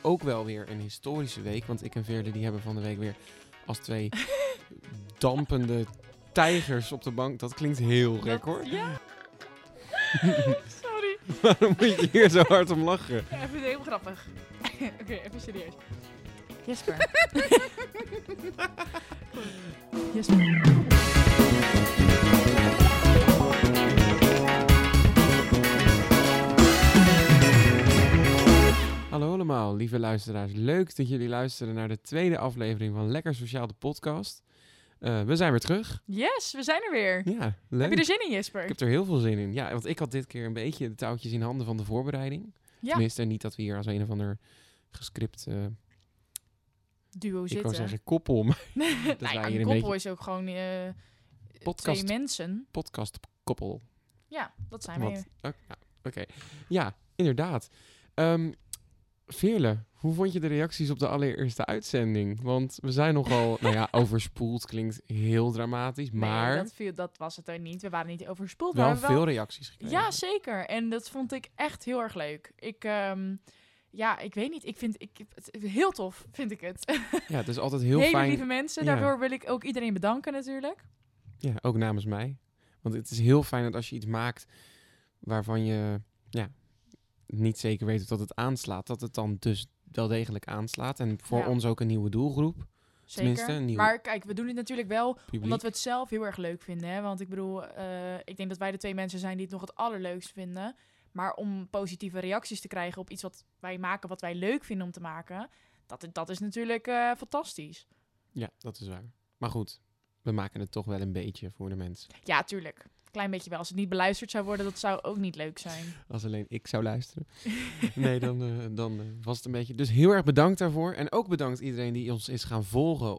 ook wel weer een historische week. Want ik en Veerle die hebben van de week weer als twee dampende tijgers op de bank. Dat klinkt heel gek hoor. Ja. Sorry. Waarom moet je hier zo hard om lachen? Ja, ik vind het heel grappig. Oké, even serieus. Jesper. Jesper. Hallo allemaal, lieve luisteraars. Leuk dat jullie luisteren naar de tweede aflevering van Lekker Sociaal, de podcast. We zijn weer terug. Yes, we zijn er weer. Ja, leuk. Heb je er zin in, Jesper? Ik heb er heel veel zin in. Ja, want ik had dit keer een beetje de touwtjes in handen van de voorbereiding. Ja. Tenminste, niet dat we hier als een of ander gescript... Duo ik zitten. wou zeggen koppel, maar Nee, wij een hier een koppel beetje- is ook gewoon podcast, twee mensen. podcast koppel. Ja, dat zijn Wat? we. Oké. Ja, inderdaad. Veerle, hoe vond je de reacties op de allereerste uitzending? Want we zijn nogal, overspoeld klinkt heel dramatisch, maar Nee, dat was het er niet. We waren niet overspoeld. wel maar veel reacties gekregen. Ja, zeker. En dat vond ik echt heel erg leuk. Ik weet niet. Het heel tof, vind ik het. Ja, het is altijd heel Hele fijn. lieve mensen. Ja. Daarvoor wil ik ook iedereen bedanken natuurlijk. Ja, ook namens mij. Want het is heel fijn dat als je iets maakt waarvan je niet zeker weet dat het aanslaat, dat het dan dus wel degelijk aanslaat. En voor Ja. ons ook een nieuwe doelgroep. Tenminste, Zeker. een nieuw Maar kijk, we doen dit natuurlijk wel publiek. omdat we het zelf heel erg leuk vinden. Hè? Want ik bedoel, ik denk dat wij de twee mensen zijn die het nog het allerleukst vinden. Maar om positieve reacties te krijgen op iets wat wij maken, wat wij leuk vinden om te maken, dat is natuurlijk fantastisch. Ja, dat is waar. Maar goed, we maken het toch wel een beetje voor de mensen. Ja, tuurlijk. Klein beetje wel. Als het niet beluisterd zou worden, dat zou ook niet leuk zijn. Als alleen ik zou luisteren. Nee, dan was het een beetje... Dus heel erg bedankt daarvoor. En ook bedankt iedereen die ons is gaan volgen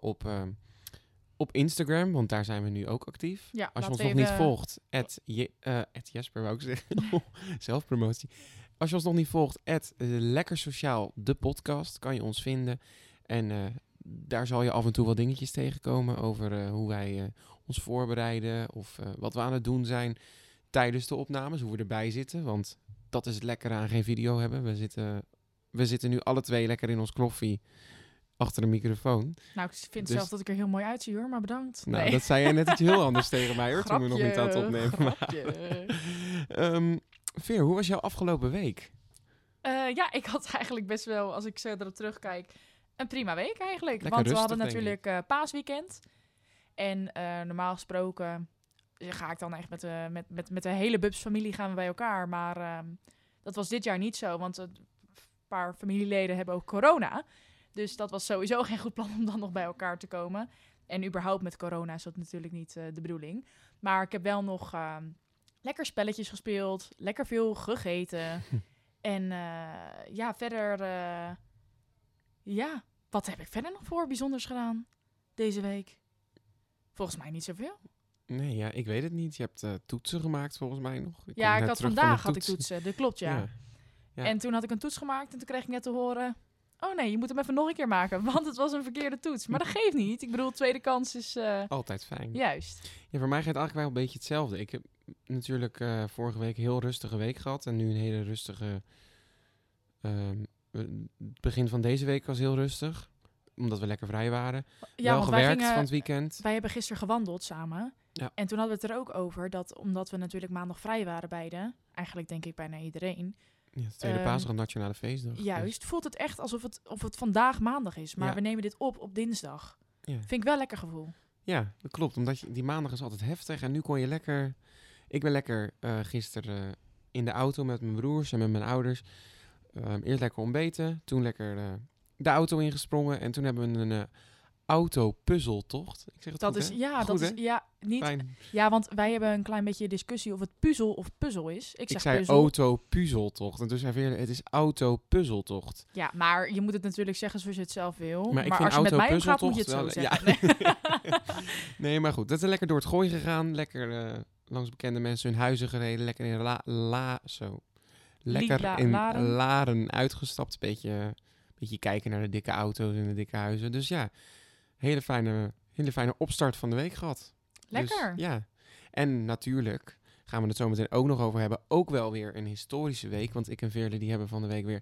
op Instagram. Want daar zijn we nu ook actief. Ja, Als je ons laten nog we niet even- volgt, @Jesper wou ik zeggen. Zelfpromotie. Als je ons nog niet volgt, Lekker Sociaal, de podcast, kan je ons vinden. En daar zal je af en toe wat dingetjes tegenkomen over hoe wij ons voorbereiden. Of wat we aan het doen zijn tijdens de opnames, hoe we erbij zitten. Want dat is het lekkere aan geen video hebben. We zitten nu alle twee lekker in ons kloffie achter de microfoon. Nou, ik vind Dus- zelf dat ik er heel mooi uitzie hoor, maar bedankt. Nou, Nee. dat zei jij net iets heel anders tegen mij hoor, toen we nog niet aan het opnemen Grapje. waren. Veer, hoe was jouw afgelopen week? Ik had eigenlijk best wel, als ik zo erop terugkijk, een prima week eigenlijk. Lekker Want we rustig, hadden denk natuurlijk paasweekend. En normaal gesproken ga ik dan echt met de hele Bubs-familie gaan we bij elkaar. Maar dat was dit jaar niet zo, want een paar familieleden hebben ook corona. Dus dat was sowieso geen goed plan om dan nog bij elkaar te komen. En überhaupt met corona is dat natuurlijk niet de bedoeling. Maar ik heb wel nog lekker spelletjes gespeeld, lekker veel gegeten. En verder... wat heb ik verder nog voor bijzonders gedaan deze week? Volgens mij niet zoveel. Nee, ja, ik weet het niet. Je hebt toetsen gemaakt volgens mij nog. Ik net had terug van vandaag de had ik toetsen. Dat klopt, ja. Ja. En toen had ik een toets gemaakt en toen kreeg ik net te horen... Oh nee, je moet hem even nog een keer maken, want het was een verkeerde toets. Maar dat geeft niet. Ik bedoel, tweede kans is Altijd fijn. juist. Ja, voor mij gaat het eigenlijk wel een beetje hetzelfde. Ik heb natuurlijk vorige week een heel rustige week gehad. En nu een hele rustige... het begin van deze week was heel rustig. Omdat we lekker vrij waren. Ja, wel want gewerkt van het wij weekend. hebben gisteren gewandeld samen. Ja. En toen hadden we het er ook over dat, omdat we natuurlijk maandag vrij waren beide... Eigenlijk denk ik bijna iedereen... Ja, de tweede Ehm, paasdag, nationale feestdag. Juist, voelt het echt alsof het vandaag maandag is. Maar Ja. we nemen dit op dinsdag. Ja. Vind ik wel een lekker gevoel. Ja, dat klopt. Omdat die maandag is altijd heftig. En nu kon je lekker... Ik ben lekker gisteren in de auto met mijn broers en met mijn ouders. Eerst lekker ontbeten. Toen lekker de auto ingesprongen. En toen hebben we een autopuzzeltocht. Ik zeg het Dat goed, is, hè? ja, Goed, dat hè? is, ja, niet... Fijn. Ja, want wij hebben een klein beetje discussie of het puzzel of puzzel is. Ik zeg zei puzzel. autopuzzeltocht. En toen zei Veerle, het is autopuzzeltocht. Ja, maar je moet het natuurlijk zeggen zoals je het zelf wil. Maar Maar, ik vind als je met mij omgaat, moet je het zo autopuzzeltocht zeggen. Nee, maar goed. Dat is lekker door het gooi gegaan. Lekker langs bekende mensen hun huizen gereden. Lekker in lekker in Laren uitgestapt. Beetje kijken naar de dikke auto's en de dikke huizen. Dus ja, hele fijne opstart van de week gehad. Lekker. Dus, ja. En natuurlijk gaan we het zo meteen ook nog over hebben. Ook wel weer een historische week. Want ik en Veerle die hebben van de week weer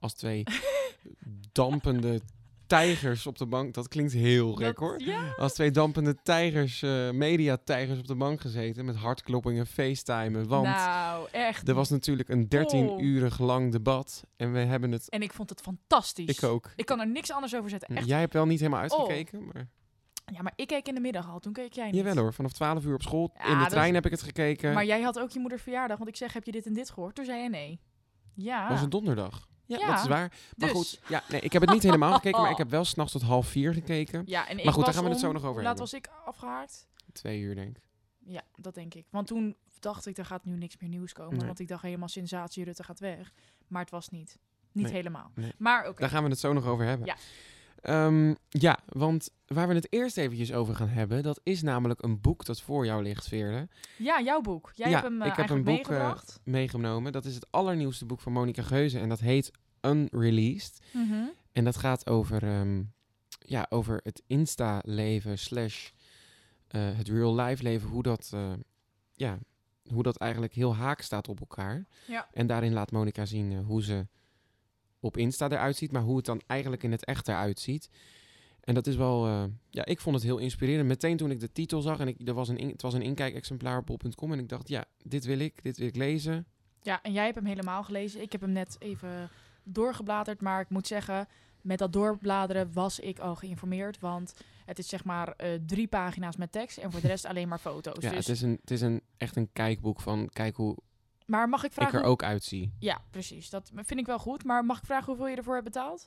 als 2 dampende tijgers op de bank. Dat klinkt heel gek, hoor. Ja. Als 2 dampende tijgers, mediatijgers op de bank gezeten met hartkloppingen, facetimen. Want Nou, echt. er was natuurlijk een 13-urig lang debat en we hebben het... En ik vond het fantastisch. Ik ook. Ik kan er niks anders over zetten. Echt. Jij hebt wel niet helemaal uitgekeken, maar... Ja, maar ik keek in de middag al. Toen keek jij niet. Jawel hoor, vanaf 12 uur op school. Ja, In de dat- trein heb ik het gekeken. Maar jij had ook je moeders verjaardag. Want ik zeg, heb je dit en dit gehoord? Toen zei jij nee. Ja. Was het donderdag? Ja, Ja, dat is waar. Maar dus. goed, ja, nee, ik heb het niet helemaal gekeken, maar ik heb wel 's nachts tot 3:30 gekeken. Ja, en ik Maar goed, daar was gaan we het om- zo nog over hoe laat hebben. was ik afgehaakt? 2 uur denk ik. Ja, dat denk ik. Want toen dacht ik, er gaat nu niks meer nieuws komen. Nee. Want ik dacht helemaal sensatie, Rutte gaat weg. Maar het was niet. Niet Nee. helemaal. Nee. Maar oké. Daar gaan we het zo nog over hebben. Ja. Ja, want waar we het eerst eventjes over gaan hebben, dat is namelijk een boek dat voor jou ligt, Veerle, Ja, jouw boek. Jij Ja, hebt hem ik heb eigenlijk een boek, meegebracht. meegenomen. Dat is het allernieuwste boek van Monica Geuze en dat heet Unreleased. Mhm. En dat gaat over het Insta-leven / het real-life leven, hoe dat eigenlijk heel haak staat op elkaar. Ja. En daarin laat Monica zien hoe ze op Insta eruit ziet, maar hoe het dan eigenlijk in het echt eruit ziet. En dat is wel, ik vond het heel inspirerend. Meteen toen ik de titel zag en het was een inkijkexemplaar op bol.com en ik dacht, ja, dit wil ik lezen. Ja, en jij hebt hem helemaal gelezen. Ik heb hem net even doorgebladerd. Maar ik moet zeggen, met dat doorbladeren was ik al geïnformeerd. Want het is zeg maar 3 pagina's met tekst en voor de rest alleen maar foto's. Ja, Dus, het is echt een kijkboek van kijk hoe maar mag ik ik vragen... er ook uitzie. Ja, precies. Dat vind ik wel goed. Maar mag ik vragen hoeveel je ervoor hebt betaald?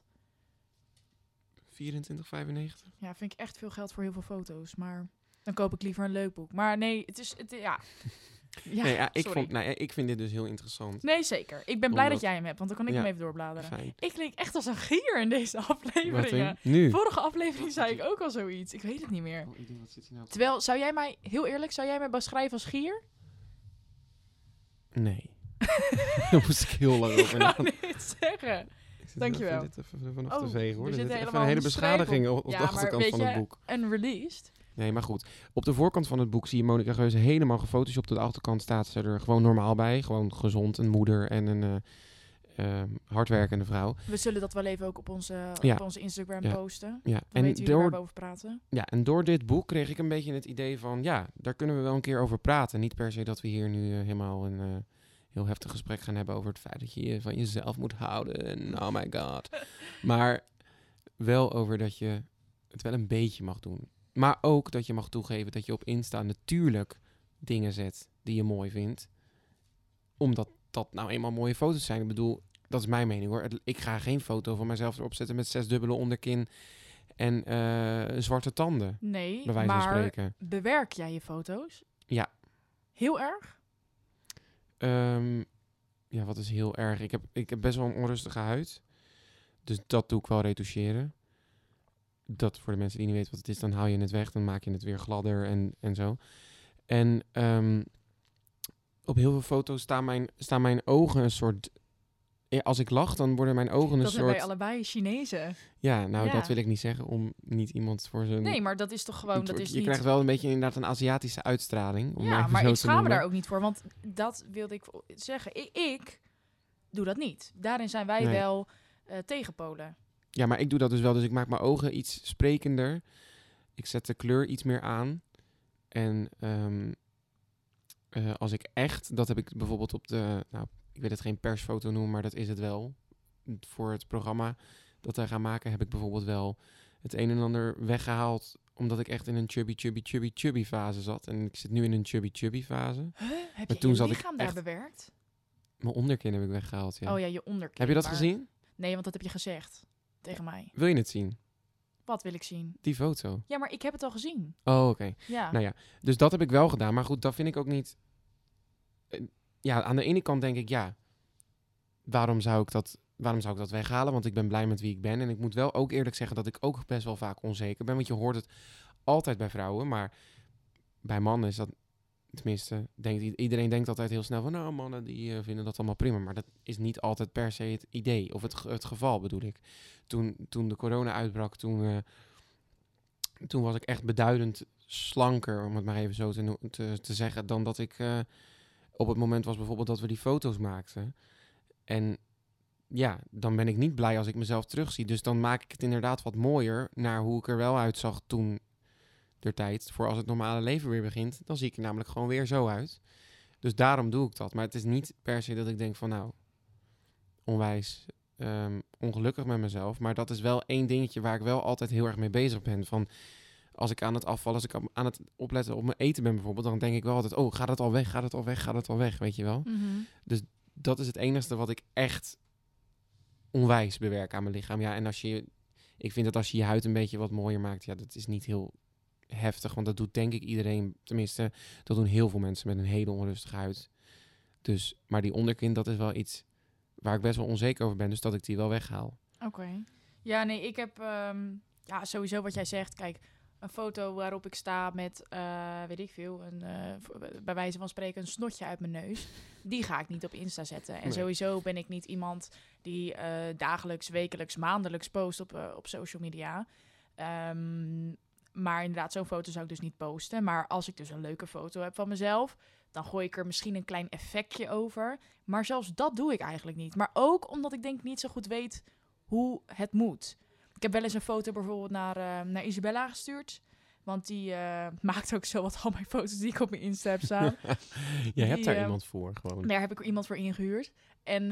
24,95. Ja, vind ik echt veel geld voor heel veel foto's. Maar dan koop ik liever een leuk boek. Maar nee, ja. Ja, Ik vind dit dus heel interessant. Nee, zeker. Ik ben blij Omdat- dat jij hem hebt, want dan kan ik Ja, hem even doorbladeren. Fijn. Ik klink echt als een gier in deze Wat afleveringen. dan? Nu? Vorige aflevering zei ik ook al zoiets. Ik weet het niet meer. Oh, ik denk, wat zit hier nou? Terwijl, heel eerlijk, zou jij mij beschrijven als gier? Nee. Daar moest ik heel lang Ik over wou nadenken. niet zeggen. Ik zit Dankjewel. Dit even vanaf Oh, te vegen, hoor. er Dit zit is even helemaal een hele een streep beschadiging op. op de Ja, maar achterkant weet van je- het boek. Unreleased? Nee, maar goed. Op de voorkant van het boek zie je Monica Geuze helemaal gefotoshopt. Op de achterkant staat ze er gewoon normaal bij. Gewoon gezond, een moeder en een hardwerkende vrouw. We zullen dat wel even ook op onze Instagram Ja. posten. Ja, Dan weten jullie waar we door, over praten. en door dit boek kreeg ik een beetje het idee van... Ja, daar kunnen we wel een keer over praten. Niet per se dat we hier nu helemaal een heel heftig gesprek gaan hebben... over het feit dat je van jezelf moet houden. En oh my god. Maar wel over dat je het wel een beetje mag doen. Maar ook dat je mag toegeven dat je op Insta natuurlijk dingen zet die je mooi vindt. Omdat dat nou eenmaal mooie foto's zijn. Ik bedoel, dat is mijn mening hoor. Ik ga geen foto van mezelf erop zetten met 6 dubbele onderkin en zwarte tanden. Nee, Bij wijze van maar spreken. bewerk jij je foto's? Ja. Heel erg? Ja, wat is heel erg. Ik heb best wel een onrustige huid. Dus dat doe ik wel retoucheren. Dat voor de mensen die niet weten wat het is, dan haal je het weg. Dan maak je het weer gladder en zo. En op heel veel foto's staan mijn ogen een soort... Als ik lach, dan worden mijn ogen een Dat zijn wij soort... allebei Chinezen. Ja, nou, Ja. dat wil ik niet zeggen om niet iemand voor zijn... Nee, maar dat is toch gewoon... Dat is je niet... krijgt wel een beetje inderdaad een Aziatische uitstraling. Om Ja, even maar zo ik te schaam me noemen. daar ook niet voor. Want dat wilde ik zeggen. Ik doe dat niet. Daarin zijn wij Nee. wel tegenpolen. Ja, maar ik doe dat dus wel. Dus ik maak mijn ogen iets sprekender. Ik zet de kleur iets meer aan. En als ik echt... Dat heb ik bijvoorbeeld op de... Nou, ik wil het geen persfoto noemen, maar dat is het wel. Voor het programma dat wij gaan maken... heb ik bijvoorbeeld wel het een en ander weggehaald... omdat ik echt in een chubby fase zat. En ik zit nu in een chubby fase. Huh? Heb Maar je toen je zat ik lichaam daar echt- bewerkt? Mijn onderkin heb ik weggehaald, ja. Oh ja, je onderkin. Heb je dat maar- gezien? Nee, want dat heb je gezegd tegen mij. Wil je het zien? Wat wil ik zien? Die foto? Ja, maar ik heb het al gezien. Oh, oké. Ja. Nou ja, dus dat heb ik wel gedaan. Maar goed, dat vind ik ook niet... Ja, aan de ene kant denk ik, ja... Waarom zou ik dat weghalen? Want ik ben blij met wie ik ben. En ik moet wel ook eerlijk zeggen dat ik ook best wel vaak onzeker ben. Want je hoort het altijd bij vrouwen. Maar bij mannen is dat... Tenminste, iedereen denkt altijd heel snel van... Nou, mannen die vinden dat allemaal prima. Maar dat is niet altijd per se het idee. Of het geval bedoel ik. Toen de corona uitbrak, toen was ik echt beduidend slanker... om het maar even zo te zeggen... dan dat ik op het moment was bijvoorbeeld dat we die foto's maakten. En dan ben ik niet blij als ik mezelf terugzie. Dus dan maak ik het inderdaad wat mooier naar hoe ik er wel uitzag toen der tijd. Voor als het normale leven weer begint, dan zie ik er namelijk gewoon weer zo uit. Dus daarom doe ik dat. Maar het is niet per se dat ik denk van nou, onwijs ongelukkig met mezelf. Maar dat is wel één dingetje waar ik wel altijd heel erg mee bezig ben. Van als ik aan het afvallen, als ik aan het opletten op mijn eten ben bijvoorbeeld, dan denk ik wel altijd, oh, gaat het al weg, gaat het al weg, gaat het al weg, weet je wel. Dus dat is het enige wat ik echt onwijs bewerk aan mijn lichaam. Ja, en ik vind dat als je je huid een beetje wat mooier maakt, ja, dat is niet heel heftig, want dat doet denk ik iedereen, tenminste, dat doen heel veel mensen met een hele onrustige huid. Dus, maar die onderkin, dat is wel iets waar ik best wel onzeker over ben, dus dat ik die wel weghaal. Oké. Ja, nee, ik heb sowieso wat jij zegt. Kijk, een foto waarop ik sta met, weet ik veel, bij wijze van spreken een snotje uit mijn neus. Die ga ik niet op Insta zetten. En Nee. sowieso ben ik niet iemand die dagelijks, wekelijks, maandelijks post op social media. Maar inderdaad, zo'n foto zou ik dus niet posten. Maar als ik dus een leuke foto heb van mezelf, dan gooi ik er misschien een klein effectje over. Maar zelfs dat doe ik eigenlijk niet. Maar ook omdat ik denk niet zo goed weet hoe het moet. Ik heb wel eens een foto bijvoorbeeld naar Isabella gestuurd. Want die maakt ook zo wat al mijn foto's die ik op mijn Insta heb staan. Je hebt daar iemand voor, gewoon. Daar heb ik er iemand voor ingehuurd. En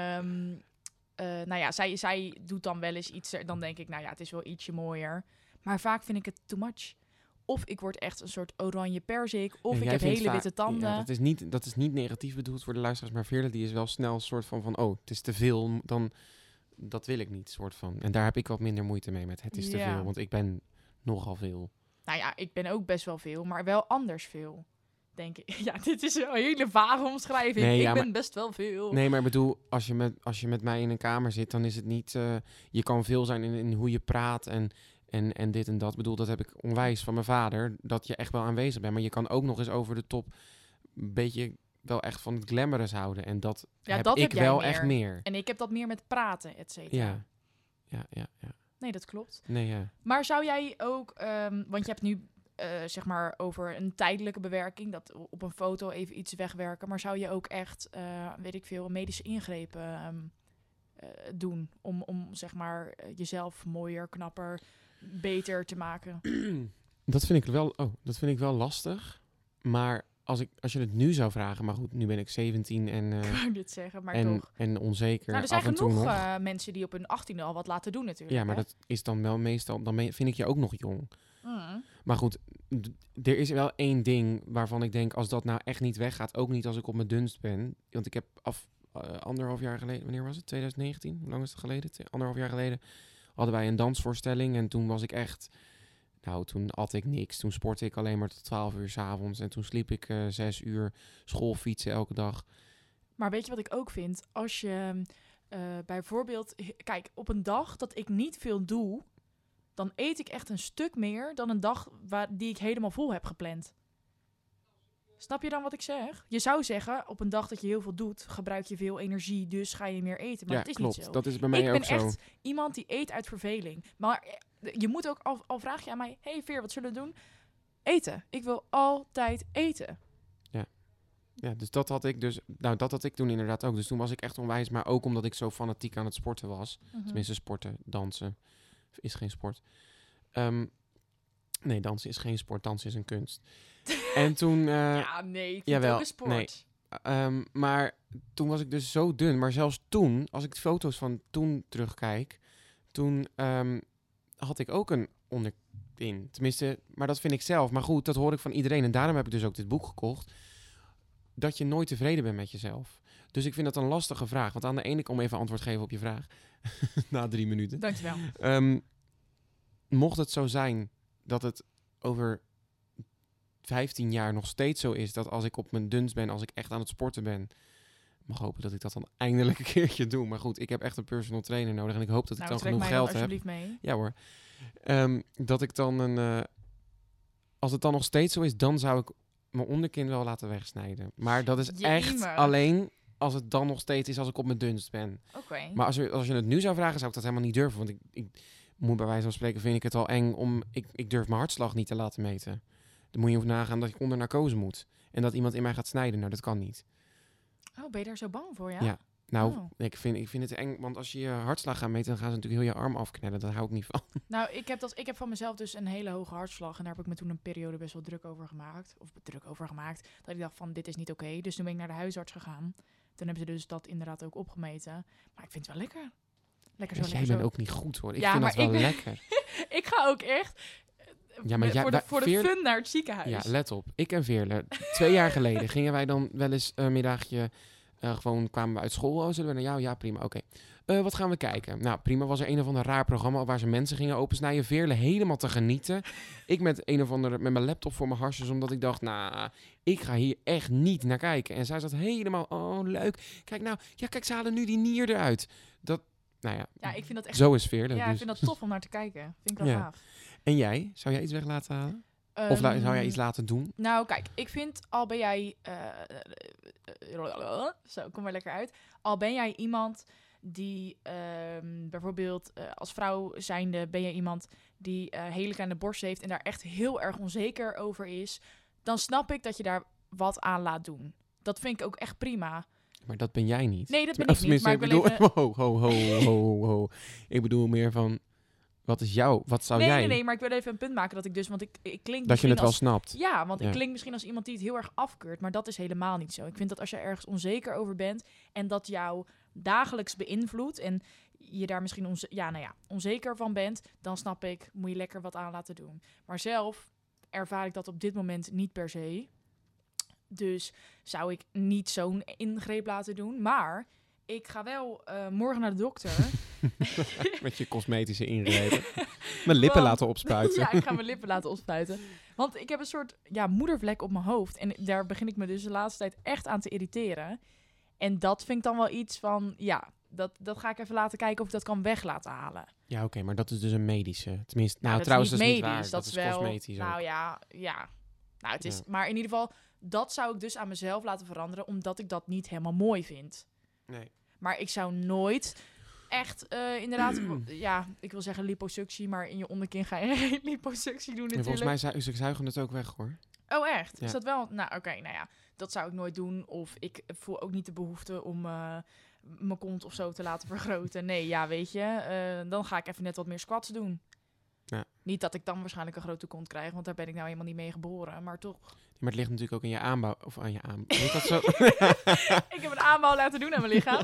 zij doet dan wel eens iets. Dan denk ik, nou ja, het is wel ietsje mooier. Maar vaak vind ik het too much. Of ik word echt een soort oranje perzik. Of ik heb hele witte tanden. Ja, dat is niet negatief bedoeld voor de luisteraars. Maar Veerle, die is wel snel een soort van oh, het is te veel. Dan, dat wil ik niet, soort van. En daar heb ik wat minder moeite mee met het is te veel. Want ik ben nogal veel. Nou ja, ik ben ook best wel veel. Maar wel anders veel, denk ik. Ja, dit is een hele vage omschrijving. Nee, ik ben best wel veel. Nee, maar ik bedoel, als je met mij in een kamer zit, dan is het niet... je kan veel zijn in hoe je praat en dit en dat. Ik bedoel, dat heb ik onwijs van mijn vader, dat je echt wel aanwezig bent. Maar je kan ook nog eens over de top een beetje wel echt van het glamorous houden. En dat heb ik wel echt meer. En ik heb dat meer met praten, et cetera. Ja. Nee, dat klopt. Nee, ja. Maar zou jij ook... want je hebt nu zeg maar over een tijdelijke bewerking, dat op een foto even iets wegwerken. Maar zou je ook echt, weet ik veel, medische ingrepen doen om zeg maar jezelf mooier, knapper, beter te maken? Dat vind ik wel lastig. Maar als je het nu zou vragen, maar goed, nu ben ik 17 en Ik wou dit zeggen, maar toch. En onzeker. Nou, er zijn af en toe genoeg nog. mensen die op hun 18e al wat laten doen natuurlijk. Ja, maar hè? dat is dan wel meestal, vind ik je ook nog jong. Mm. Maar goed, er is wel één ding waarvan ik denk, als dat nou echt niet weggaat, ook niet als ik op mijn dunst ben. Want ik heb anderhalf jaar geleden, wanneer was het? 2019? Hoe lang is het geleden? Anderhalf jaar geleden hadden wij een dansvoorstelling en toen was ik echt... Nou, toen at ik niks. Toen sportte ik alleen maar tot 12 uur 's avonds. En toen sliep ik 6 uur schoolfietsen elke dag. Maar weet je wat ik ook vind? Als je bijvoorbeeld... Kijk, op een dag dat ik niet veel doe, dan eet ik echt een stuk meer dan een dag die ik helemaal vol heb gepland. Snap je dan wat ik zeg? Je zou zeggen, op een dag dat je heel veel doet, gebruik je veel energie, dus ga je meer eten. Maar Ja, dat is klopt. niet zo. Dat is bij mij ook zo. Ik ben echt iemand die eet uit verveling. Maar je moet ook, al vraag je aan mij, hey Veer, wat zullen we doen? Eten. Ik wil altijd eten. Ja, dus dat had ik dus... Nou, dat had ik toen inderdaad ook. Dus toen was ik echt onwijs. Maar ook omdat ik zo fanatiek aan het sporten was. Tenminste, sporten, dansen is geen sport. Nee, dansen is geen sport. Dansen is een kunst. En toen... ja, nee, ik vind jawel, het ook een sport. Nee. Maar toen was ik dus zo dun. Maar zelfs toen, als ik de foto's van toen terugkijk... Toen had ik ook een onderkin. Tenminste, maar dat vind ik zelf. Maar goed, dat hoor ik van iedereen. En daarom heb ik dus ook dit boek gekocht. Dat je nooit tevreden bent met jezelf. Dus ik vind dat een lastige vraag. Want aan de ene kant, om even antwoord geven op je vraag. Na 3 minuten. Dankjewel. Mocht het zo zijn dat het over 15 jaar nog steeds zo is... dat als ik op mijn dunst ben, als ik echt aan het sporten ben... mag hopen dat ik dat dan eindelijk een keertje doe. Maar goed, ik heb echt een personal trainer nodig. En ik hoop dat ik dan genoeg geld heb. Alsjeblieft mee. Ja hoor. Dat ik dan als het dan nog steeds zo is, dan zou ik mijn onderkin wel laten wegsnijden. Maar dat is echt alleen als het dan nog steeds is als ik op mijn dunst ben. Okay. Maar als je het nu zou vragen, zou ik dat helemaal niet durven. Want ik moet bij wijze van spreken, vind ik het al eng om... Ik durf mijn hartslag niet te laten meten. Dan moet je over nagaan dat ik onder narcose moet. En dat iemand in mij gaat snijden. Nou, dat kan niet. Oh, ben je daar zo bang voor, ja? Ja. Nou, Oh. ik vind het eng, want als je je hartslag gaat meten, dan gaan ze natuurlijk heel je arm afknellen. Daar hou ik niet van. Nou, ik heb van mezelf dus een hele hoge hartslag. En daar heb ik me toen een periode best wel druk over gemaakt. Dat ik dacht van, dit is niet oké. Dus toen ben ik naar de huisarts gegaan. Toen hebben ze dus dat inderdaad ook opgemeten. Maar ik vind het wel lekker. Lekker zo, Dus lekker jij bent zo. ook niet goed, hoor. Ik Ja, vind maar dat wel ik ben- lekker. Ik ga ook echt Ja, maar jij- voor de Veerle- fun naar het ziekenhuis. Ja, let op. Ik en Veerle, 2 jaar geleden gingen wij dan wel eens een middagje... gewoon kwamen we uit school. Oh, zullen we naar jou? Ja, prima. Oké. Wat gaan we kijken? Nou, prima. Was er een of ander raar programma waar ze mensen gingen opensnijden. Veerle helemaal te genieten. Ik met een of andere met mijn laptop voor mijn harsjes, omdat ik dacht, nou, ik ga hier echt niet naar kijken. En zij zat helemaal, oh, leuk. Kijk nou, ja, kijk, ze halen nu die nier eruit. Dat, nou ja, Ja, ik vind dat echt... zo is Veerle. Ja, ik Dus. vind dat tof om naar te kijken. Vind ik wel Ja. gaaf. En jij? Zou jij iets weg laten halen? Of zou jij iets laten doen? Nou, kijk, ik vind al ben jij... zo, kom maar lekker uit. Al ben jij iemand die bijvoorbeeld als vrouw zijnde... ben je iemand die hele kleine borst heeft... en daar echt heel erg onzeker over is... dan snap ik dat je daar wat aan laat doen. Dat vind ik ook echt prima. Maar dat ben jij niet. Nee, dat ben Of ik niet. tenminste, Maar ik wil bedoel, even... ho. Ik bedoel meer van, wat is jou? Wat zou jij? Nee, maar ik wil even een punt maken dat ik dus... Want ik klink Dat je misschien het wel als... snapt. Ja, want Ja. ik klink misschien als iemand die het heel erg afkeurt, maar dat is helemaal niet zo. Ik vind dat als je ergens onzeker over bent en dat jou dagelijks beïnvloedt en je daar misschien onzeker van bent, dan snap ik, moet je lekker wat aan laten doen. Maar zelf ervaar ik dat op dit moment niet per se. Dus zou ik niet zo'n ingreep laten doen. Maar ik ga wel morgen naar de dokter. Met je cosmetische ingrepen. Mijn lippen Want- laten opspuiten. Ja, ik ga mijn lippen laten opspuiten. Want ik heb een soort moedervlek op mijn hoofd. En daar begin ik me dus de laatste tijd echt aan te irriteren. En dat vind ik dan wel iets van... Ja, dat ga ik even laten kijken of ik dat kan weg laten halen. Ja, oké, maar dat is dus een medische. Tenminste, nou dat trouwens, is dat niet is niet medisch. waar. Dat is is wel... cosmetisch Nou ook. ja. Nou, het is... Ja. Maar in ieder geval, dat zou ik dus aan mezelf laten veranderen... omdat ik dat niet helemaal mooi vind. Nee. Maar ik zou nooit... Echt, inderdaad, ik wil zeggen liposuctie, maar in je onderkin ga je geen liposuctie doen En natuurlijk. volgens mij ze zuigen het ook weg, hoor. Oh, echt? Ja. Is dat wel? Nou, oké, nou ja. Dat zou ik nooit doen. Of ik voel ook niet de behoefte om mijn kont of zo te laten vergroten. Nee, ja, weet je. Dan ga ik even net wat meer squats doen. Ja. Niet dat ik dan waarschijnlijk een grote kont krijg, want daar ben ik nou helemaal niet mee geboren. Maar toch. Maar het ligt natuurlijk ook in je aanbouw. Of aan je aanbouw. Weet dat zo? Ik heb een aanbouw laten doen aan mijn lichaam.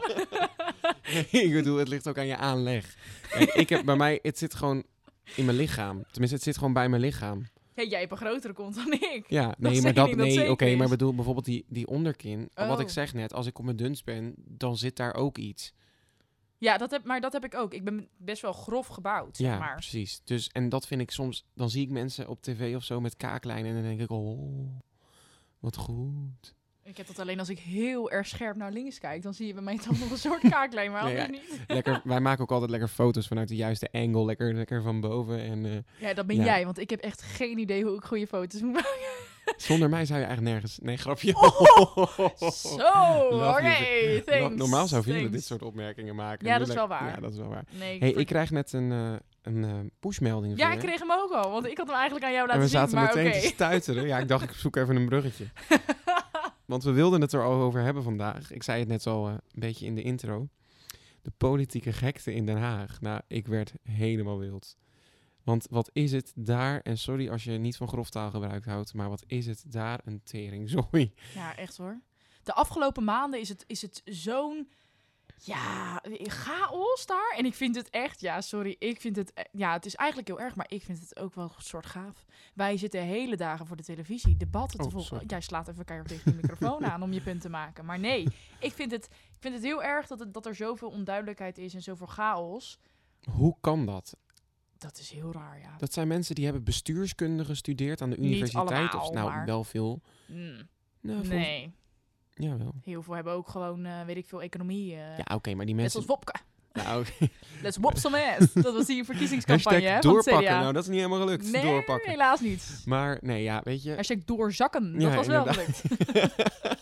Ik bedoel, het ligt ook aan je aanleg. Kijk, bij mij, het zit gewoon in mijn lichaam. Tenminste, het zit gewoon bij mijn lichaam. Hey, jij hebt een grotere kont dan ik. Ja, nee, zeg maar je dat, niet dat nee, zeker oké, maar is. bedoel bijvoorbeeld die onderkin. Wat Oh. ik zeg net, als ik op mijn dunst ben, dan zit daar ook iets. Ja, maar dat heb ik ook. Ik ben best wel grof gebouwd, zeg Ja, maar. precies. Dus, en dat vind ik soms, dan zie ik mensen op tv of zo met kaaklijnen en dan denk ik, oh, wat goed. Ik heb dat alleen als ik heel erg scherp naar links kijk. Dan zie je bij mij toch nog een soort kaaklijn, maar Nee, anders niet. Lekker, wij maken ook altijd lekker foto's vanuit de juiste angle, lekker van boven. En Ja, dat ben Ja. jij, want ik heb echt geen idee hoe ik goede foto's moet maken. zonder mij zou je eigenlijk nergens... Nee, grapje. Zo, Love oké, you. thanks. Normaal zou Veerle thanks. dit soort opmerkingen maken. Ja, Nu dat is wel waar. Ja, dat is wel waar. Nee, Hey, ik krijg net een pushmelding. ja, voor ik je. kreeg hem ook al, want ik had hem eigenlijk aan jou En laten we zien, zaten maar meteen oké. te stuiteren. Ja, ik dacht, ik zoek even een bruggetje. Want we wilden het er al over hebben vandaag. Ik zei het net al een beetje in de intro. De politieke gekte in Den Haag. Nou, ik werd helemaal wild. Want wat is het daar... En sorry als je niet van grof taalgebruik houdt... maar wat is het daar een teringzooi. Ja, echt hoor. De afgelopen maanden is het zo'n... Ja, chaos daar. En ik vind het echt... Ja, sorry. Ik vind het... Ja, het is eigenlijk heel erg, maar ik vind het ook wel een soort gaaf. Wij zitten hele dagen voor de televisie, debatten te Oh, volgen. sorry. Jij slaat even keihard tegen de microfoon aan om je punt te maken. Maar nee, ik vind het heel erg dat er zoveel onduidelijkheid is en zoveel chaos. Hoe kan dat? Dat is heel raar, ja. Dat zijn mensen die hebben bestuurskunde gestudeerd aan de Niet universiteit. allemaal, Of nou, maar- wel veel. Mm, Nou, nee, Jawel. heel veel hebben ook gewoon, weet ik veel, economie. Ja, oké, maar die Net mensen... zoals Wopke. Nou, oké. Let's wop some ass. Dat was die verkiezingscampagne, hè, van het doorpakken. CDA. Nou, dat is niet helemaal gelukt. Nee, Doorpakken. helaas niet. Maar nee, ja, weet je... Hashtag doorzakken. Dat Ja, was wel inderdaad. gelukt.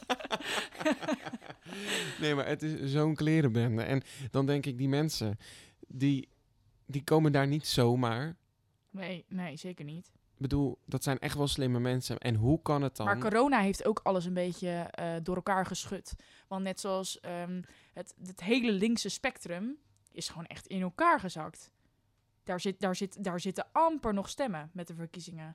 Nee, maar het is zo'n klerenbende. En dan denk ik, die mensen, die komen daar niet zomaar. Nee, zeker niet. bedoel, dat zijn echt wel slimme mensen. En hoe kan het dan? Maar corona heeft ook alles een beetje door elkaar geschud. Want net zoals het hele linkse spectrum is gewoon echt in elkaar gezakt. Daar zitten amper nog stemmen met de verkiezingen.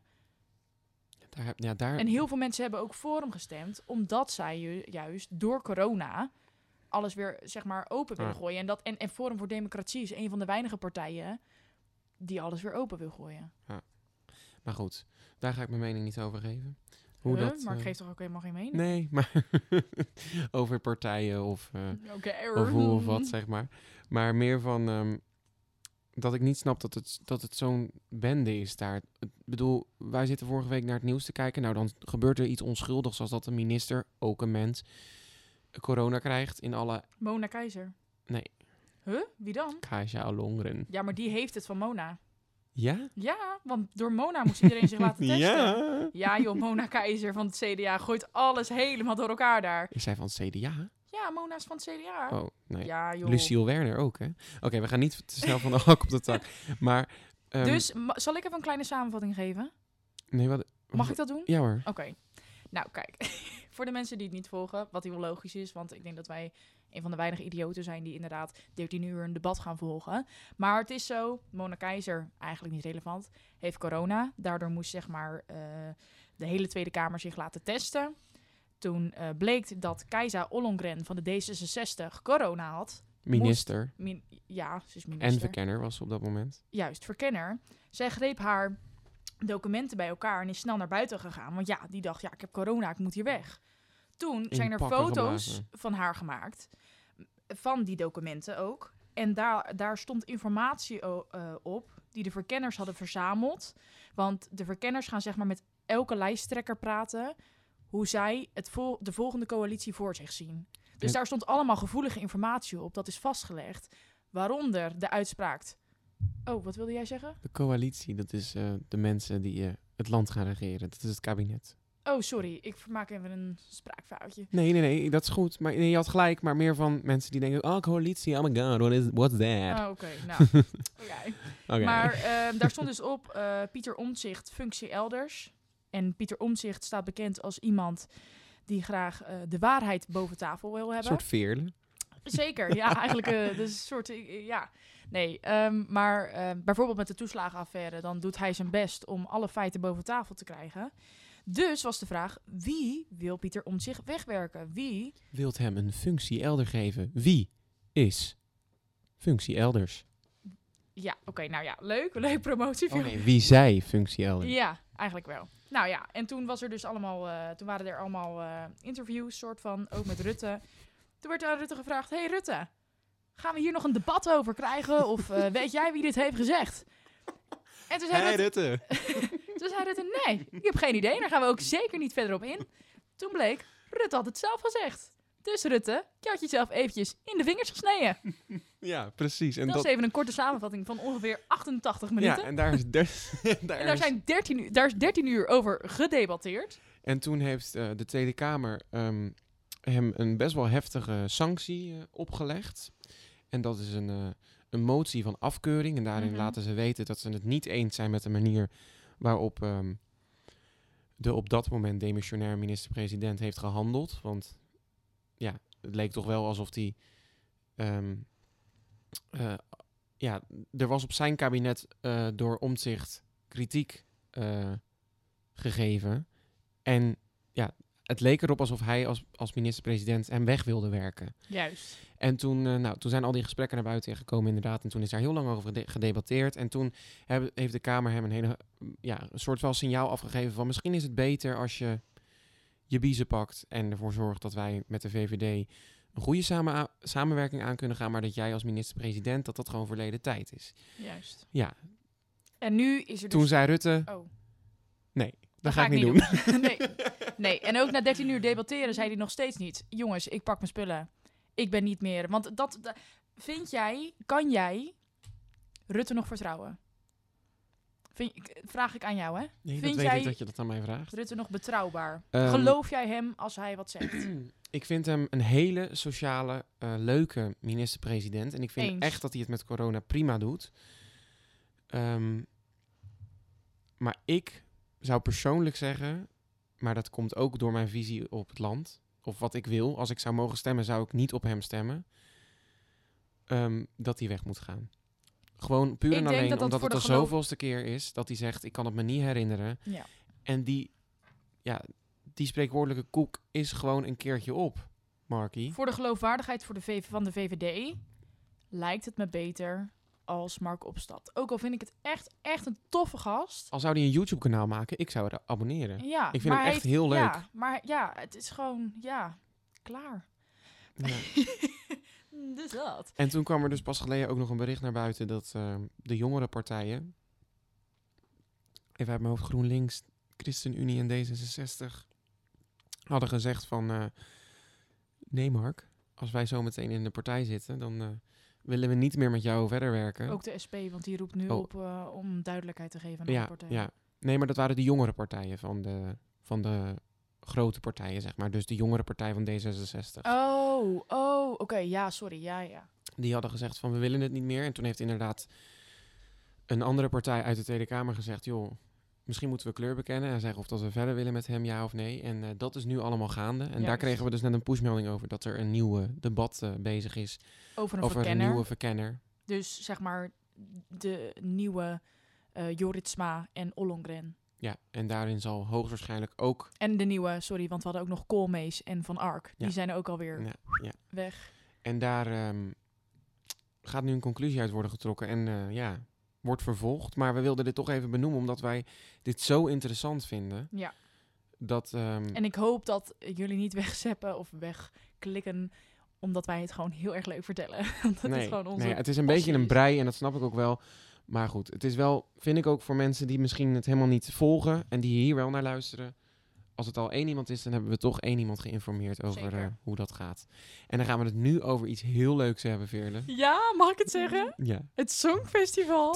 Daar... En heel veel mensen hebben ook voor hem gestemd, omdat zij juist door corona alles weer, zeg maar, open willen gooien. En Forum voor Democratie is een van de weinige partijen die alles weer open wil gooien. Ja. Maar goed, daar ga ik mijn mening niet over geven. Maar ik geef toch ook helemaal geen mening? Nee, maar over partijen of hoe of wat, zeg maar. Maar meer van dat ik niet snap dat het zo'n bende is daar. Ik bedoel, wij zitten vorige week naar het nieuws te kijken. Nou, dan gebeurt er iets onschuldigs, zoals dat een minister, ook een mens, corona krijgt in alle... Mona Keizer. Nee. Huh? Wie dan? Kajsa Ollongren. Ja, maar die heeft het van Mona. Ja? Ja, want door Mona moest iedereen zich laten testen. Ja? Ja joh, Mona Keizer van het CDA gooit alles helemaal door elkaar daar. Is zij van het CDA? Ja, Mona is van het CDA. Oh, nee. Ja joh. Luciel Werner ook, hè? Oké, we gaan niet te snel van de hak op de tak. Maar... dus, zal ik even een kleine samenvatting geven? Nee, wat... Mag ik dat doen? Ja hoor. Oké. Nou, kijk. Voor de mensen die het niet volgen, wat heel logisch is, want ik denk dat wij een van de weinige idioten zijn die inderdaad 13 uur een debat gaan volgen. Maar het is zo, Mona Keizer, eigenlijk niet relevant, heeft corona. Daardoor moest, zeg maar, de hele Tweede Kamer zich laten testen. Toen bleek dat Kajsa Ollongren van de D66 corona had. Minister. Ja, ze is minister. En verkenner was ze op dat moment. Juist, verkenner. Zij greep haar documenten bij elkaar en is snel naar buiten gegaan. Want ja, die dacht, ja, ik heb corona, ik moet hier weg. Toen zijn er foto's van haar gemaakt. Van die documenten ook. En daar stond informatie op die de verkenners hadden verzameld. Want de verkenners gaan, zeg maar, met elke lijsttrekker praten hoe zij de volgende coalitie voor zich zien. Dus daar stond allemaal gevoelige informatie op. Dat is vastgelegd. Waaronder de uitspraak... Oh, wat wilde jij zeggen? De coalitie, dat is de mensen die het land gaan regeren. Dat is het kabinet. Oh, sorry. Ik maak even een spraakfoutje. Nee, dat is goed. Maar je had gelijk, maar meer van mensen die denken... Oh, coalitie, oh my god, what's that? Oh, oké. Nou, okay. Maar daar stond dus op Pieter Omtzigt, functie elders. En Pieter Omtzigt staat bekend als iemand die graag de waarheid boven tafel wil hebben. Een soort Veerle. Zeker, ja. Eigenlijk dus een soort... ja. Nee, maar bijvoorbeeld met de toeslagenaffaire... dan doet hij zijn best om alle feiten boven tafel te krijgen. Dus was de vraag, wie wil Pieter Omtzigt wegwerken? Wie wilt hem een functie elder geven? Wie is functie elders? Ja, oké, nou ja, leuk promotie. Oh nee, wie zij functie elders? Ja, eigenlijk wel. Nou ja, en toen was er dus toen waren er allemaal interviews, soort van, ook met Rutte. Toen werd aan Rutte gevraagd, hey Rutte, gaan we hier nog een debat over krijgen? Of weet jij wie dit heeft gezegd? En toen zei Rutte. Toen zei Rutte, nee, ik heb geen idee. Daar gaan we ook zeker niet verder op in. Toen bleek, Rutte had het zelf gezegd. Dus Rutte, je had jezelf eventjes in de vingers gesneden. Ja, precies. En dat is even een korte samenvatting van ongeveer 88 minuten. Ja, en daar is 13 uur over gedebatteerd. En toen heeft de Tweede Kamer hem een best wel heftige sanctie opgelegd. En dat is een motie van afkeuring. En daarin laten ze weten dat ze het niet eens zijn met de manier waarop de op dat moment demissionair minister-president heeft gehandeld. Want ja, het leek toch wel alsof hij... er was op zijn kabinet door Omtzigt kritiek gegeven. En ja, het leek erop alsof hij als minister-president hem weg wilde werken. Juist. En toen zijn al die gesprekken naar buiten gekomen inderdaad. En toen is daar heel lang over gedebatteerd. En toen heeft de Kamer hem een soort van signaal afgegeven van... misschien is het beter als je biezen pakt en ervoor zorgt dat wij met de VVD... een goede samenwerking aan kunnen gaan... maar dat jij als minister-president dat gewoon verleden tijd is. Juist. Ja. En nu is er dus... Toen zei Rutte... Oh. Nee, dat ga ik niet doen. Nee, en ook na 13 uur debatteren zei hij nog steeds niet... jongens, ik pak mijn spullen. Ik ben niet meer... Want kan jij Rutte nog vertrouwen? Vraag ik aan jou, hè? Nee, dat weet ik dat je dat aan mij vraagt. Rutte nog betrouwbaar? Geloof jij hem als hij wat zegt? Ik vind hem een hele sociale, leuke minister-president. En ik vind echt dat hij het met corona prima doet. Maar ik zou persoonlijk zeggen, maar dat komt ook door mijn visie op het land, of wat ik wil. Als ik zou mogen stemmen, zou ik niet op hem stemmen. Dat hij weg moet gaan. Gewoon puur Ik en denk alleen dat omdat voor het de de zoveelste keer is dat hij zegt, ik kan het me niet herinneren. Ja. En die spreekwoordelijke koek is gewoon een keertje op, Markie. Voor de geloofwaardigheid van de VVD lijkt het me beter als Mark opstapt. Ook al vind ik het echt een toffe gast. Al zou hij een YouTube-kanaal maken, ik zou er abonneren. Ja, Ik vind hem echt heel leuk. Ja, maar ja, het is gewoon, klaar. Ja. Dus dat. En toen kwam er dus pas geleden ook nog een bericht naar buiten dat de jongere partijen, even uit mijn hoofd, GroenLinks, ChristenUnie en D66, hadden gezegd van, nee Mark, als wij zo meteen in de partij zitten, dan willen we niet meer met jou verder werken. Ook de SP, want die roept nu op om duidelijkheid te geven aan de partij. Ja. Nee, maar dat waren de jongere partijen van de grote partijen, zeg maar. Dus de jongere partij van D66. Oké, ja, sorry, ja. Die hadden gezegd van, we willen het niet meer. En toen heeft inderdaad een andere partij uit de Tweede Kamer gezegd, joh, misschien moeten we kleur bekennen en zeggen of dat we verder willen met hem, ja of nee. En dat is nu allemaal gaande. En daar kregen we dus net een pushmelding over, dat er een nieuw debat bezig is Over een nieuwe verkenner. Dus zeg maar de nieuwe Jorritsma en Ollongren. Ja, en daarin zal hoogstwaarschijnlijk ook... En de nieuwe, sorry, want we hadden ook nog Koolmees en Van Ark. Die zijn er ook alweer weg. En daar gaat nu een conclusie uit worden getrokken en wordt vervolgd. Maar we wilden dit toch even benoemen, omdat wij dit zo interessant vinden. Ja. Dat, en ik hoop dat jullie niet wegzeppen of wegklikken, omdat wij het gewoon heel erg leuk vertellen. Het is een beetje een brei en dat snap ik ook wel. Maar goed, het is wel, vind ik ook voor mensen die misschien het helemaal niet volgen en die hier wel naar luisteren. Als het al 1 iemand is, dan hebben we toch 1 iemand geïnformeerd over hoe dat gaat. En dan gaan we het nu over iets heel leuks hebben, Veerle. Ja, mag ik het zeggen? Ja. Het Songfestival.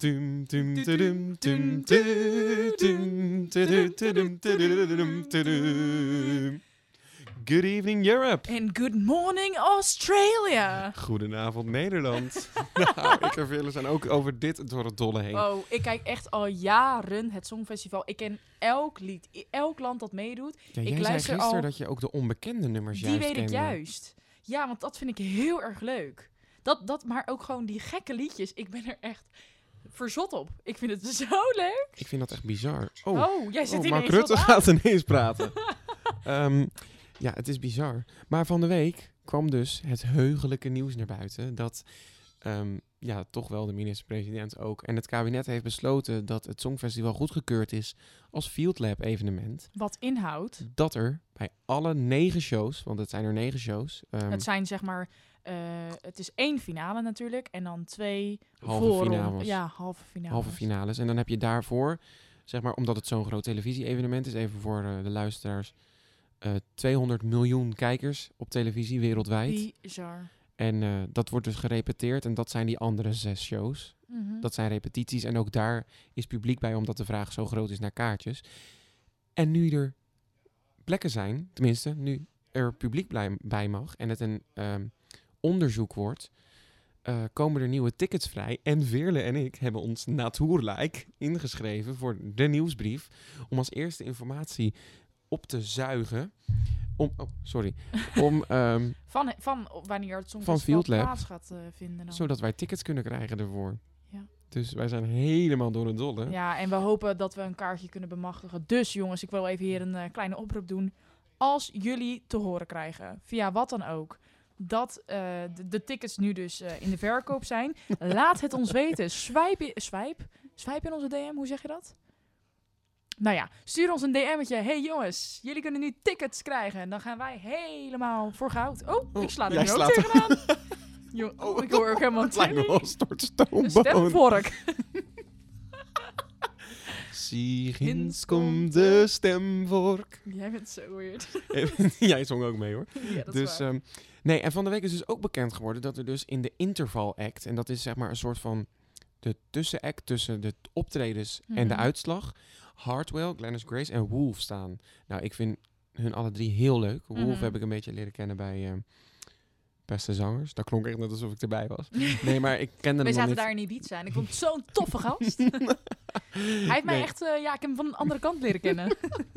Good evening Europe. En good morning Australia. Goedenavond Nederland. Nou, ik en Veerle zijn ook over dit door het dolle heen. Oh, ik kijk echt al jaren het Songfestival. Ik ken elk lied, elk land dat meedoet. Ja, ik jij luister zei gisteren dat je ook de onbekende nummers juist kende. Die weet ik juist. Ja, want dat vind ik heel erg leuk. Maar ook gewoon die gekke liedjes. Ik ben er echt verzot op. Ik vind het zo leuk. Ik vind dat echt bizar. Jij zit ineens Mark Rutte gaat ineens praten. Ja, het is bizar. Maar van de week kwam dus het heugelijke nieuws naar buiten dat toch wel de minister-president ook en het kabinet heeft besloten dat het Songfestival goedgekeurd is als Field Lab evenement. Wat inhoudt? Dat er bij alle 9 shows, want het zijn er 9 shows. Het zijn zeg maar, het is 1 finale natuurlijk en dan 2 halve finales. Ja, halve finales. Halve finales. En dan heb je daarvoor, zeg maar, omdat het zo'n groot televisie-evenement is, even voor de luisteraars, 200 miljoen kijkers op televisie wereldwijd. Bizar. En dat wordt dus gerepeteerd en dat zijn die andere 6 shows. Mm-hmm. Dat zijn repetities en ook daar is publiek bij omdat de vraag zo groot is naar kaartjes. En nu er plekken zijn, tenminste nu er publiek bij mag en het een onderzoek wordt, komen er nieuwe tickets vrij. En Veerle en ik hebben ons natuurlijk ingeschreven voor de nieuwsbrief om als eerste informatie op te zuigen. Van wanneer het van Field Lab plaats gaat vinden. Dan. Zodat wij tickets kunnen krijgen ervoor. Ja. Dus wij zijn helemaal door het dolle. Ja, en we hopen dat we een kaartje kunnen bemachtigen. Dus jongens, ik wil even hier een kleine oproep doen. Als jullie te horen krijgen, via wat dan ook, dat de tickets nu dus in de verkoop zijn, laat het ons weten. Swipe in onze DM, hoe zeg je dat? Nou ja, stuur ons een DM'tje. Hey jongens, jullie kunnen nu tickets krijgen. En dan gaan wij helemaal voor goud. Oh, ik sla er nu ook tegenaan. Ik hoor ook helemaal het lijkt me wel een soort stoomboon. Een stemvork. Ginds komt de stemvork. Jij bent zo weird. Jij zong ook mee hoor. Ja, dat dus, is waar. Nee, en van de week is dus ook bekend geworden dat er dus in de interval act, en dat is zeg maar een soort van de tussenact tussen de optredens en de uitslag, Hardwell, Glennis Grace en Wolf staan. Nou, ik vind hun alle 3 heel leuk. Wolf heb ik een beetje leren kennen bij Beste Zangers. Dat klonk echt net alsof ik erbij was. Nee, maar ik kende hem nog niet. Wij zaten daar in Ibiza en ik vond het zo'n toffe gast. Hij heeft mij echt... ik heb hem van een andere kant leren kennen.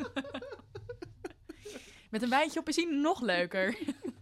Met een wijntje op is hij nog leuker.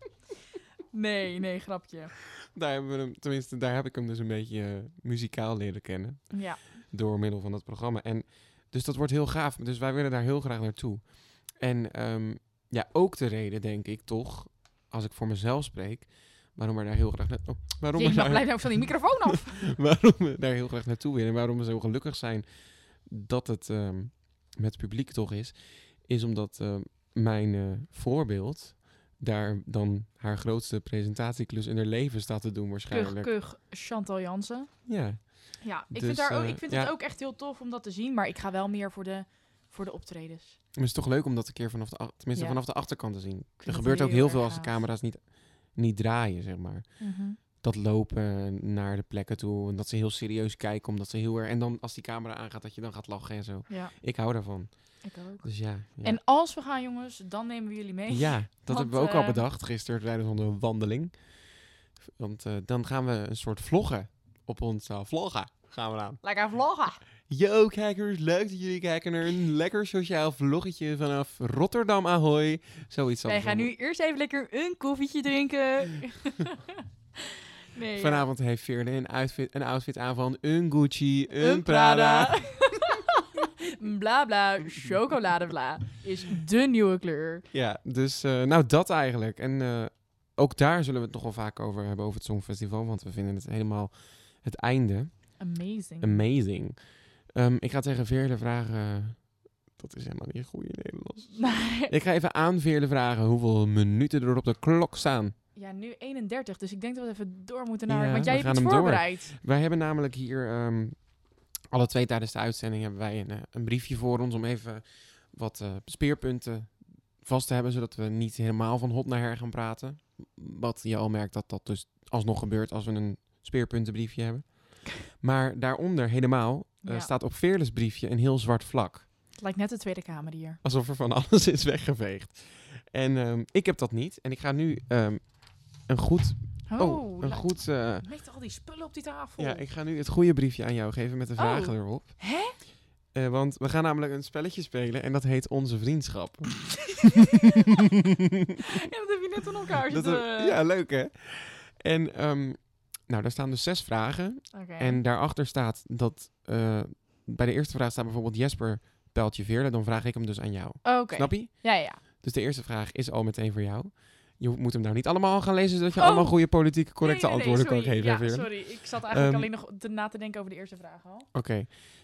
Nee, grapje. Daar heb ik hem dus een beetje muzikaal leren kennen. Ja. Door middel van dat programma. En dus dat wordt heel gaaf. Dus wij willen daar heel graag naartoe. En ook de reden, denk ik, toch, als ik voor mezelf spreek, waarom we daar heel graag Blijf nou van die microfoon af. waarom we daar heel graag naartoe willen. En waarom we zo gelukkig zijn dat het met het publiek toch is omdat mijn voorbeeld daar dan haar grootste presentatieklus in haar leven staat te doen waarschijnlijk. Kug, Chantal Jansen. Ja. Ja, ik Dus, vind het ook echt heel tof om dat te zien, maar ik ga wel meer voor de optredens. Maar het is toch leuk om dat een keer vanaf de achterkant te zien. Er gebeurt ook heel heel veel erg als de gaaf. camera's niet draaien, zeg maar. Dat lopen naar de plekken toe en dat ze heel serieus kijken, omdat ze heel erg... En dan als die camera aangaat, dat je dan gaat lachen en zo. Ja, Ik hou daarvan. ik ook. Dus ja. En als we gaan, jongens, dan nemen we jullie mee. Ja, dat hebben we ook al Want, bedacht gisteren tijdens onze wandeling. Want dan gaan we een soort vloggen op ons vloggen. Gaan we aan. Lekker vloggen. Yo kijkers, leuk dat jullie kijken naar een lekker sociaal vloggetje vanaf Rotterdam Ahoy. Zoiets. Wij gaan nu eerst even lekker een koffietje drinken. Nee, Vanavond heeft Veerle een outfit aan van een Gucci, een Prada. Bla bla, chocoladebla is de nieuwe kleur. Ja, dus dat eigenlijk. En ook daar zullen we het nog wel vaak over hebben, over het Songfestival. Want we vinden het helemaal het einde. Amazing. Ik ga tegen Veerle vragen... Dat is helemaal niet een goede Nederlands. Nee. Ik ga even aan Veerle vragen hoeveel minuten er op de klok staan. Ja, nu 31, dus ik denk dat we even door moeten naar... Ja, want jij we hebt gaan iets hem door. voorbereid. Wij hebben namelijk hier... alle twee tijdens de uitzending hebben wij een briefje voor ons... om even wat speerpunten vast te hebben... zodat we niet helemaal van hot naar her gaan praten. Wat je al merkt dat dus alsnog gebeurt... als we een speerpuntenbriefje hebben. Maar daaronder helemaal staat op Veerles briefje een heel zwart vlak. Het lijkt net de Tweede Kamer hier. Alsof er van alles is weggeveegd. En ik heb dat niet. En ik ga nu een goed... Met al die spullen op die tafel. Ja, ik ga nu het goede briefje aan jou geven met de vragen erop. Hè? Want we gaan namelijk een spelletje spelen en dat heet Onze Vriendschap. Ja, dat heb je net aan elkaar zitten. Ja, leuk hè? En daar staan dus 6 vragen. Okay. En daarachter staat dat... bij de eerste vraag staat bijvoorbeeld Jesper pijltje Veerle. Dan vraag ik hem dus aan jou. Okay. Snap je? Ja. Dus de eerste vraag is al meteen voor jou. Je moet hem nou niet allemaal gaan lezen... zodat je allemaal goede politieke correcte antwoorden kan geven. Ja, Veerle. sorry. Ik zat eigenlijk alleen nog na te denken over de eerste vraag al. Oké.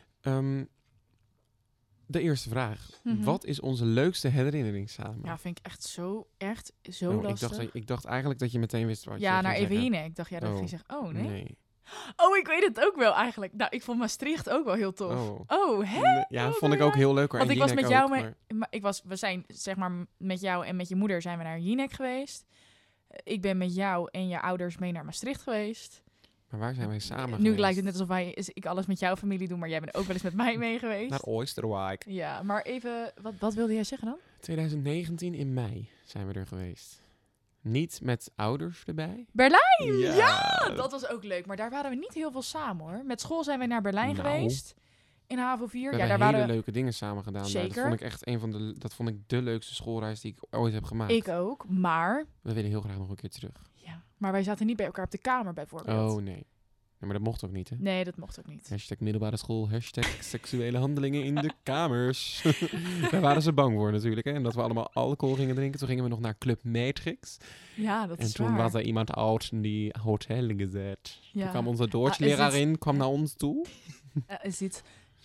De eerste vraag. Wat is onze leukste herinnering samen? Ja, vind ik echt zo lastig. Ik dacht eigenlijk dat je meteen wist wat je naar ging zeggen. Evine. Ik dacht, dat ging zeggen. Oh, nee? Oh, Oh, ik weet het ook wel eigenlijk. Nou, ik vond Maastricht ook wel heel tof. Oh, hè? Ja, vond ik ook heel leuk. Want ik was met jou... We zijn, zeg maar, met jou en met je moeder zijn we naar Jinek geweest. Ik ben met jou en je ouders mee naar Maastricht geweest. Maar waar zijn wij samen Nu lijkt het net alsof ik alles met jouw familie doe, maar jij bent ook wel eens met mij mee geweest. Naar Oosterwijk. Ja, maar even... Wat wilde jij zeggen dan? 2019 in mei zijn we er geweest. Niet met ouders erbij. Berlijn! Ja! Dat was ook leuk. Maar daar waren we niet heel veel samen, hoor. Met school zijn we naar Berlijn geweest. In HAVO 4. We hebben hele leuke dingen samen gedaan. Zeker. Dat vond ik echt dat vond ik de leukste schoolreis die ik ooit heb gemaakt. Ik ook, maar... We willen heel graag nog een keer terug. Ja, maar wij zaten niet bij elkaar op de kamer, bijvoorbeeld. Oh, nee. Ja, maar dat mocht ook niet, hè? Nee, dat mocht ook niet. # middelbare school, # seksuele handelingen in de kamers. Daar waren ze bang voor natuurlijk, hè? En dat we allemaal alcohol gingen drinken. Toen gingen we nog naar Club Matrix. Ja, dat is waar. En toen was er iemand oud in die hotel gezet. Ja. Toen kwam onze Duitslerarin naar ons toe. Is iets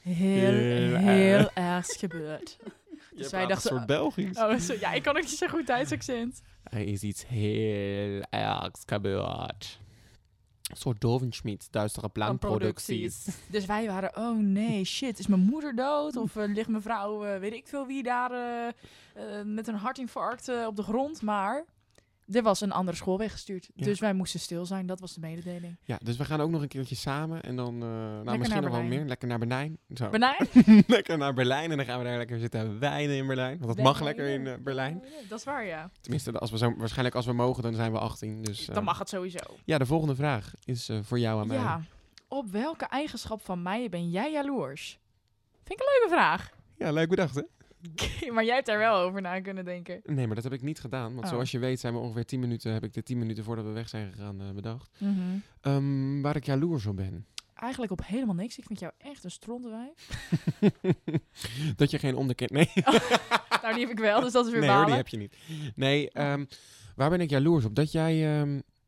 heel ergs gebeurd. Dus wij dachten, een soort Belgisch. Ja, ik kan ook niet zo goed Duits accent. Er is iets heel ergs gebeurd. Een soort Dovenschmidt, duistere planproducties. Dus wij waren, oh nee, shit, is mijn moeder dood? Of ligt mijn vrouw, weet ik veel wie daar met een hartinfarct op de grond? Maar er was een andere school weggestuurd. Ja. Dus wij moesten stil zijn, dat was de mededeling. Ja, dus we gaan ook nog een keertje samen. En dan misschien nog wel meer. Lekker naar Berlijn. Zo. Berlijn? Lekker naar Berlijn. En dan gaan we daar lekker zitten wijnen in Berlijn. Want dat mag lekker in Berlijn. Dat is waar, ja. Tenminste, waarschijnlijk als we mogen, dan zijn we 18. Dus, dan mag het sowieso. Ja, de volgende vraag is voor jou en mij. Ja, op welke eigenschap van mij ben jij jaloers? Vind ik een leuke vraag. Ja, leuk bedacht, hè? Maar jij hebt daar wel over na kunnen denken. Nee, maar dat heb ik niet gedaan. Want Oh. zoals je weet zijn we ongeveer 10 minuten... heb ik de 10 minuten voordat we weg zijn gegaan bedacht. Mhm. Waar ik jaloers op ben. Eigenlijk op helemaal niks. Ik vind jou echt een strontenwijf. Dat je geen onderkent... Nee. Nou, die heb ik wel, dus dat is weer Nee hoor, balen. die heb je niet. Nee, waar ben ik jaloers op? Dat jij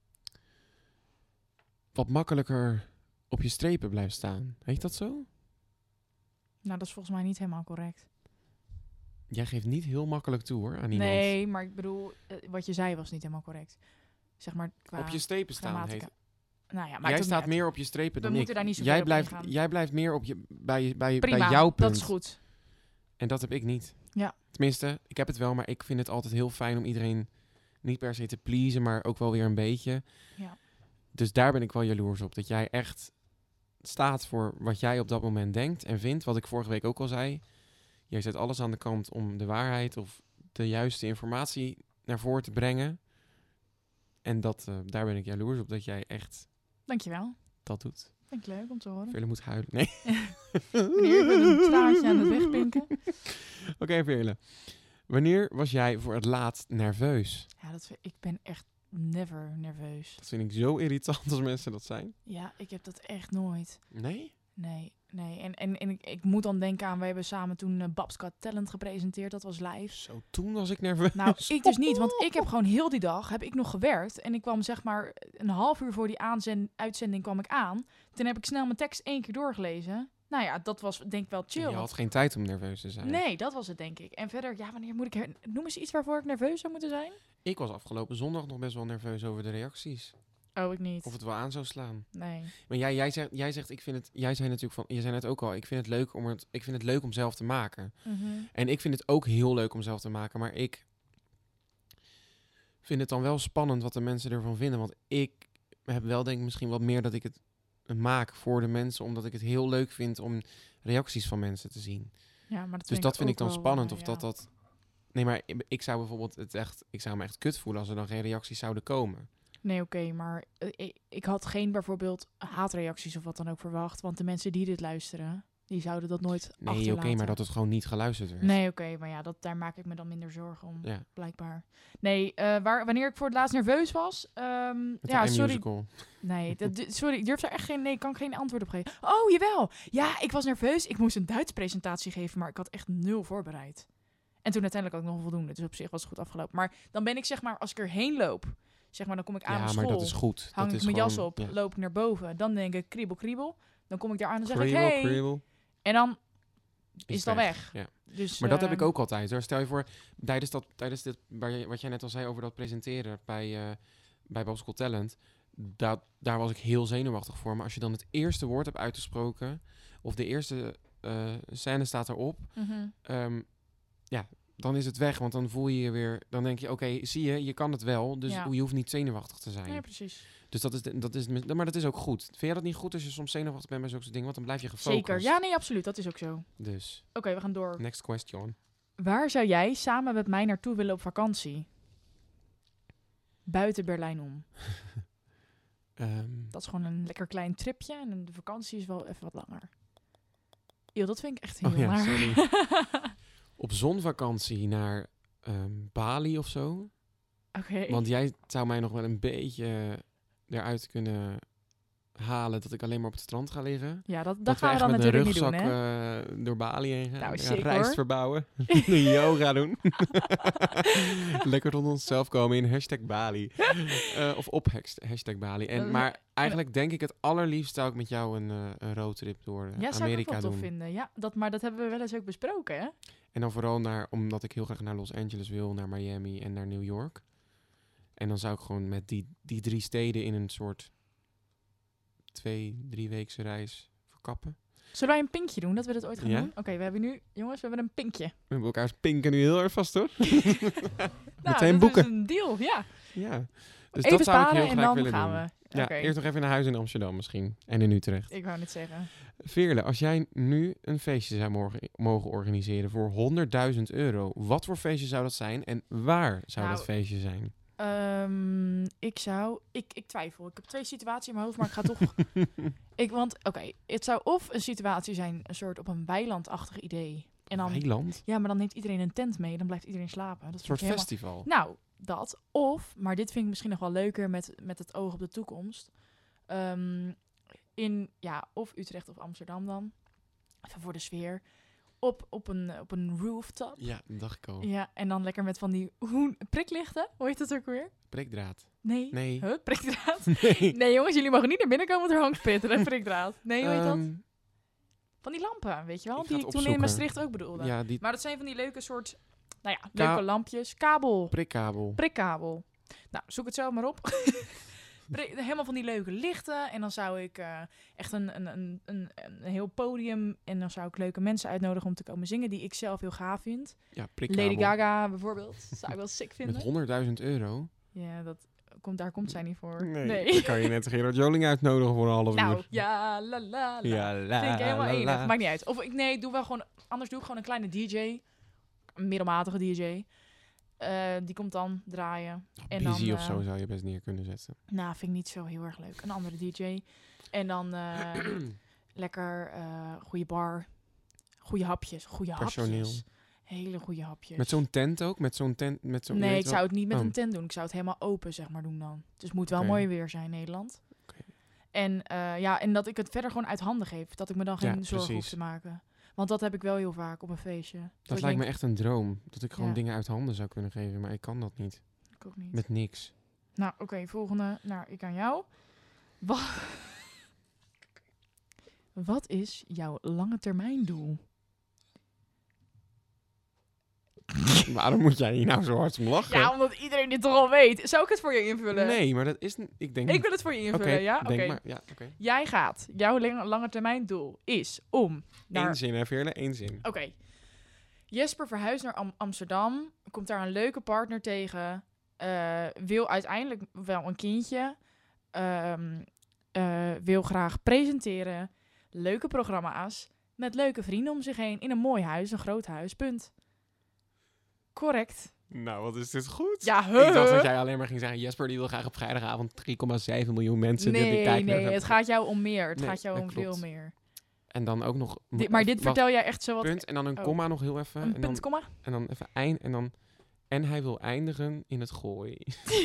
wat makkelijker op je strepen blijft staan. Heet dat zo? Nou, dat is volgens mij niet helemaal correct. Jij geeft niet heel makkelijk toe hoor, aan iemand. Nee, maar ik bedoel, wat je zei was niet helemaal correct. Zeg maar qua Op je strepen staan grammatica. heet. Nou ja, maar Jij staat meer op je strepen We dan ik. moeten daar niet zo Jij ver op blijft, ingaan. jij blijft meer op je, bij Prima, jouw punt. dat is goed. En dat heb ik niet. Ja. Tenminste, ik heb het wel, maar ik vind het altijd heel fijn om iedereen niet per se te pleasen, maar ook wel weer een beetje. Ja. Dus daar ben ik wel jaloers op. Dat jij echt staat voor wat jij op dat moment denkt en vindt. Wat ik vorige week ook al zei. Jij zet alles aan de kant om de waarheid of de juiste informatie naar voren te brengen. En daar ben ik jaloers op, dat jij echt Dankjewel. dat doet. Vind ik leuk om te horen. Veerle moet huilen. Nee. Meneer, ik ben een traantje aan het wegpinken. Oké, Veerle. Wanneer was jij voor het laatst nerveus? Ja, ik ben echt never nerveus. Dat vind ik zo irritant als mensen dat zijn. Ja, ik heb dat echt nooit. Nee? Nee. En ik moet dan denken aan, we hebben samen toen Babs Got Talent gepresenteerd. Dat was live. Zo, toen was ik nerveus. Nou, ik dus niet, want ik heb gewoon heel die dag heb ik nog gewerkt. En ik kwam zeg maar een half uur voor die uitzending kwam ik aan. Toen heb ik snel mijn tekst 1 keer doorgelezen. Nou ja, dat was denk ik wel chill. Je had geen tijd om nerveus te zijn. Nee, dat was het denk ik. En verder, ja, wanneer moet ik... Noem eens iets waarvoor ik nerveus zou moeten zijn? Ik was afgelopen zondag nog best wel nerveus over de reacties. Oh, ik niet. Of het wel aan zou slaan. Nee. Maar jij zegt, ik vind het... Jij zei natuurlijk van... Je zei net ook al, ik vind het leuk om zelf te maken. Mhm. En ik vind het ook heel leuk om zelf te maken. Maar ik vind het dan wel spannend wat de mensen ervan vinden. Want ik heb wel denk ik misschien wat meer dat ik het maak voor de mensen. Omdat ik het heel leuk vind om reacties van mensen te zien. Ja, maar dat Dus dat vind ik ook dan wel, spannend. Of ja. dat... Nee, maar ik zou bijvoorbeeld ik zou me echt kut voelen als er dan geen reacties zouden komen. Nee, oké, maar ik had geen bijvoorbeeld haatreacties of wat dan ook verwacht. Want de mensen die dit luisteren, die zouden dat nooit Nee, achterlaten. oké, maar dat het gewoon niet geluisterd werd. Nee, oké, maar ja, daar maak ik me dan minder zorgen om, Ja, blijkbaar. Nee, wanneer ik voor het laatst nerveus was... met ja, de sorry. musical. Nee, sorry, ik durf daar echt geen... Nee, ik kan geen antwoord op geven. Oh, jawel! Ja, ik was nerveus. Ik moest een Duits presentatie geven, maar ik had echt 0 voorbereid. En toen uiteindelijk ook nog voldoende. Dus op zich was het goed afgelopen. Maar dan ben ik zeg maar, als ik erheen loop... Zeg maar, dan kom ik aan Ja, op maar school. dat is goed. Hang dat ik is mijn jas gewoon- op, ja. loop ik naar boven. Dan denk ik kriebel, kriebel. Dan kom ik daar aan en zeg ik, Kriebel, hey. kriebel. En dan is het al weg. weg. Ja. Dus, Maar dat heb ik ook altijd. Hoor. Stel je voor, tijdens dit, wat jij net al zei over dat presenteren bij Babs Got Talent, daar was ik heel zenuwachtig voor. Maar als je dan het eerste woord hebt uitgesproken, of de eerste scène staat erop, dan is het weg. Want dan voel je je weer, dan denk je, oké, zie je kan het wel. Dus Ja. je hoeft niet zenuwachtig te zijn. Ja, precies. Dus maar dat is ook goed. Vind jij dat niet goed als je soms zenuwachtig bent bij zulke dingen? Want dan blijf je gefocust. Zeker. Ja, nee, absoluut. Dat is ook zo. Dus, Oké, we gaan door. next question. Waar zou jij samen met mij naartoe willen op vakantie? Buiten Berlijn om. Dat is gewoon een lekker klein tripje. En de vakantie is wel even wat langer. Eeuw, dat vind ik echt heel Oh ja, naar. sorry. Op zonvakantie naar Bali of zo. Oké. Want jij zou mij nog wel een beetje eruit kunnen halen dat ik alleen maar op het strand ga liggen. Ja, dat Dat we gaan we echt dan met een natuurlijk niet doen, rugzak hè? door Bali heen gaan. Nou, We gaan zeker, rijst hoor. verbouwen. Yoga doen. Lekker tot onszelf komen in #Bali. Of op #Bali. Maar eigenlijk denk ik het allerliefst zou ik met jou een roadtrip door Ja, zou ik ook Amerika wel tof doen. vinden. Ja, maar dat hebben we wel eens ook besproken, hè? En dan vooral omdat ik heel graag naar Los Angeles wil, naar Miami en naar New York. En dan zou ik gewoon met die 3 steden in een soort 2-3 weekse reis verkappen. Zullen wij een pinkje doen, dat we dat ooit gaan Ja? doen? Oké, we hebben nu... Jongens, we hebben een pinkje. We hebben elkaars pinken nu heel erg vast, hoor. Nou, Meteen dat boeken. is een deal, ja. Ja. Dus Even dat zou ik sparen heel en graag dan willen gaan doen. we. Ja, Oké. eerst nog even naar huis in Amsterdam misschien. En in Utrecht. Ik wou net zeggen. Veerle, als jij nu een feestje zou mogen organiseren voor €100.000, wat voor feestje zou dat zijn en waar zou Nou, dat feestje zijn? Ik twijfel. Ik heb 2 situaties in mijn hoofd, maar ik ga toch... Het zou of een situatie zijn, een soort op een weilandachtig idee. En dan, Weiland? ja, maar dan neemt iedereen een tent mee. Dan blijft iedereen slapen. Dat Een soort vind ik festival. Nou, dat. Of, maar dit vind ik misschien nog wel leuker met het oog op de toekomst. Of Utrecht of Amsterdam dan. Even voor de sfeer. Op een rooftop. Ja, dat dacht ik al. Ja, en dan lekker met van die priklichten. Hoe heet dat ook weer? Prikdraad. Nee. Nee. Huh? Prikdraad? Nee. Nee, jongens, jullie mogen niet naar binnen komen, want er hangt spitten en prikdraad. Nee, hoe heet dat? Ehm, Van die lampen, weet je wel? Ik ga Die het ik toen in opzoeken. Maastricht ook bedoelde. Ja, die Maar dat zijn van die leuke soort, leuke lampjes. Kabel. prikkabel. Prikkabel. Nou, zoek het zelf maar op. Helemaal van die leuke lichten. En dan zou ik echt een heel podium... En dan zou ik leuke mensen uitnodigen om te komen zingen... die ik zelf heel gaaf vind. Ja, prikkabel. Lady Gaga bijvoorbeeld. Zou ik wel sick vinden. Met €100.000? Ja, daar komt zij niet voor. Nee. Dan kan je net Gerard Joling uitnodigen voor een half Nou, uur. ja, la la la. Ja, la, Vind ik helemaal la, enig. la. Maakt niet uit. Doe wel gewoon... Anders doe ik gewoon een kleine DJ. Een middelmatige DJ. Die komt dan draaien. En Busy dan, of zo zou je best neer kunnen zetten. Nou, vind ik niet zo heel erg leuk. Een andere DJ. En dan lekker goede bar. Goede hapjes. Goede Personeel. hapjes. Hele goede hapjes. Met zo'n tent ook? Nee, ik zou het niet met Oh. een tent doen. Ik zou het helemaal open, zeg maar, doen dan. Dus het moet wel Oké. mooi weer zijn in Nederland. Oké. En dat ik het verder gewoon uit handen geef. Dat ik me dan geen Ja, zorgen hoef precies. te maken. Want dat heb ik wel heel vaak op een feestje. Dat lijkt me echt een droom. Dat ik gewoon Ja. dingen uit handen zou kunnen geven. Maar ik kan dat niet. Ik ook niet. Met niks. Nou, oké, volgende. Nou, ik aan jou. Wat is jouw lange termijn doel? Waarom moet jij hier nou zo hard om lachen? Ja, omdat iedereen dit toch al weet. Zou ik het voor je invullen? Nee, maar dat is... Ik denk... Ik wil het voor je invullen, ja? denk Oké. maar. Ja, oké. Jouw lange termijn doel is om naar... Eén zin, hè, Veerle? Eén zin. Oké. Jesper verhuist naar Amsterdam. Komt daar een leuke partner tegen. Wil uiteindelijk wel een kindje. Wil graag presenteren. Leuke programma's. Met leuke vrienden om zich heen. In een mooi huis, een groot huis. Punt. Correct. Nou, wat is dit goed? Ja, Ik dacht dat jij alleen maar ging zeggen... Jesper die wil graag op vrijdagavond 3,7 miljoen mensen... die kijken naar Nee, hem. het gaat jou om meer. Het Nee, gaat jou dat om klopt. veel meer. En dan ook nog... Maar dit vertel jij echt zo wat... Punt en dan een Oh. komma nog heel even. Een en, punt, komma? dan even eind en dan... En hij wil eindigen in het gooi.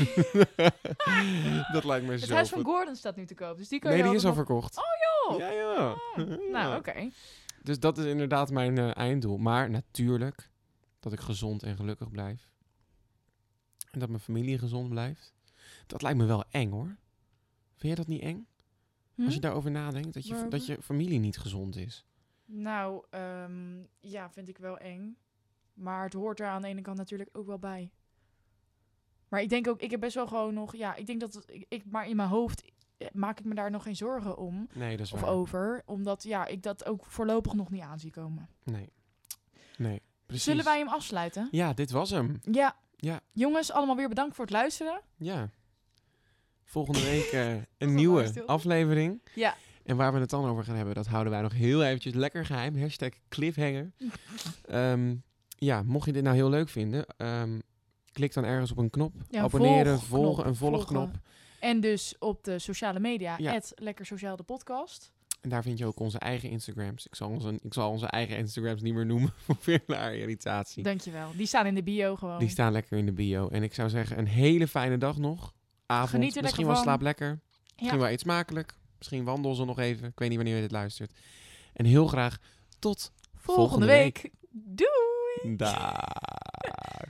Dat lijkt me Het zo huis van goed. Gordon staat nu te koop. Dus die kan Nee, je die is al altijd nog- verkocht. Oh, joh. Ja, ja. Ah, Nou, oké. Dus dat is inderdaad mijn einddoel. Maar natuurlijk dat ik gezond en gelukkig blijf. En dat mijn familie gezond blijft. Dat lijkt me wel eng, hoor. Vind je dat niet eng? Als je daarover nadenkt, dat je familie niet gezond is. Nou, ja, vind ik wel eng. Maar het hoort er aan de ene kant natuurlijk ook wel bij. Maar ik denk ook, ik heb best wel gewoon nog... Ja, ik denk dat... Maar in mijn hoofd maak ik me daar nog geen zorgen om. Nee, dat is Of waar. over. Omdat, ik dat ook voorlopig nog niet aan zie komen. Nee, precies. Zullen wij hem afsluiten? Ja, dit was hem. Ja. Ja. Jongens, allemaal weer bedankt voor het luisteren. Ja. Volgende week een lang nieuwe stil. aflevering. Ja. En waar we het dan over gaan hebben, dat houden wij nog heel eventjes lekker geheim. Hashtag cliffhanger. Ja, mocht je dit nou heel leuk vinden, klik dan ergens op een knop. Ja, een Abonneren, volgknop. volgen, een volgknop. En dus op de sociale media, Ja. Lekker Sociaal de podcast. En daar vind je ook onze eigen Instagrams. Ik zal onze eigen Instagrams niet meer noemen voor veel irritatie. Dankjewel. Die staan in de bio gewoon. Die staan lekker in de bio. En ik zou zeggen, een hele fijne dag nog. Avond, Geniet er misschien lekker wel van. slaap lekker. Misschien Ja. wel iets smakelijk. Misschien wandel ze nog even. Ik weet niet wanneer je dit luistert. En heel graag tot Volgende week. Doei! Dag.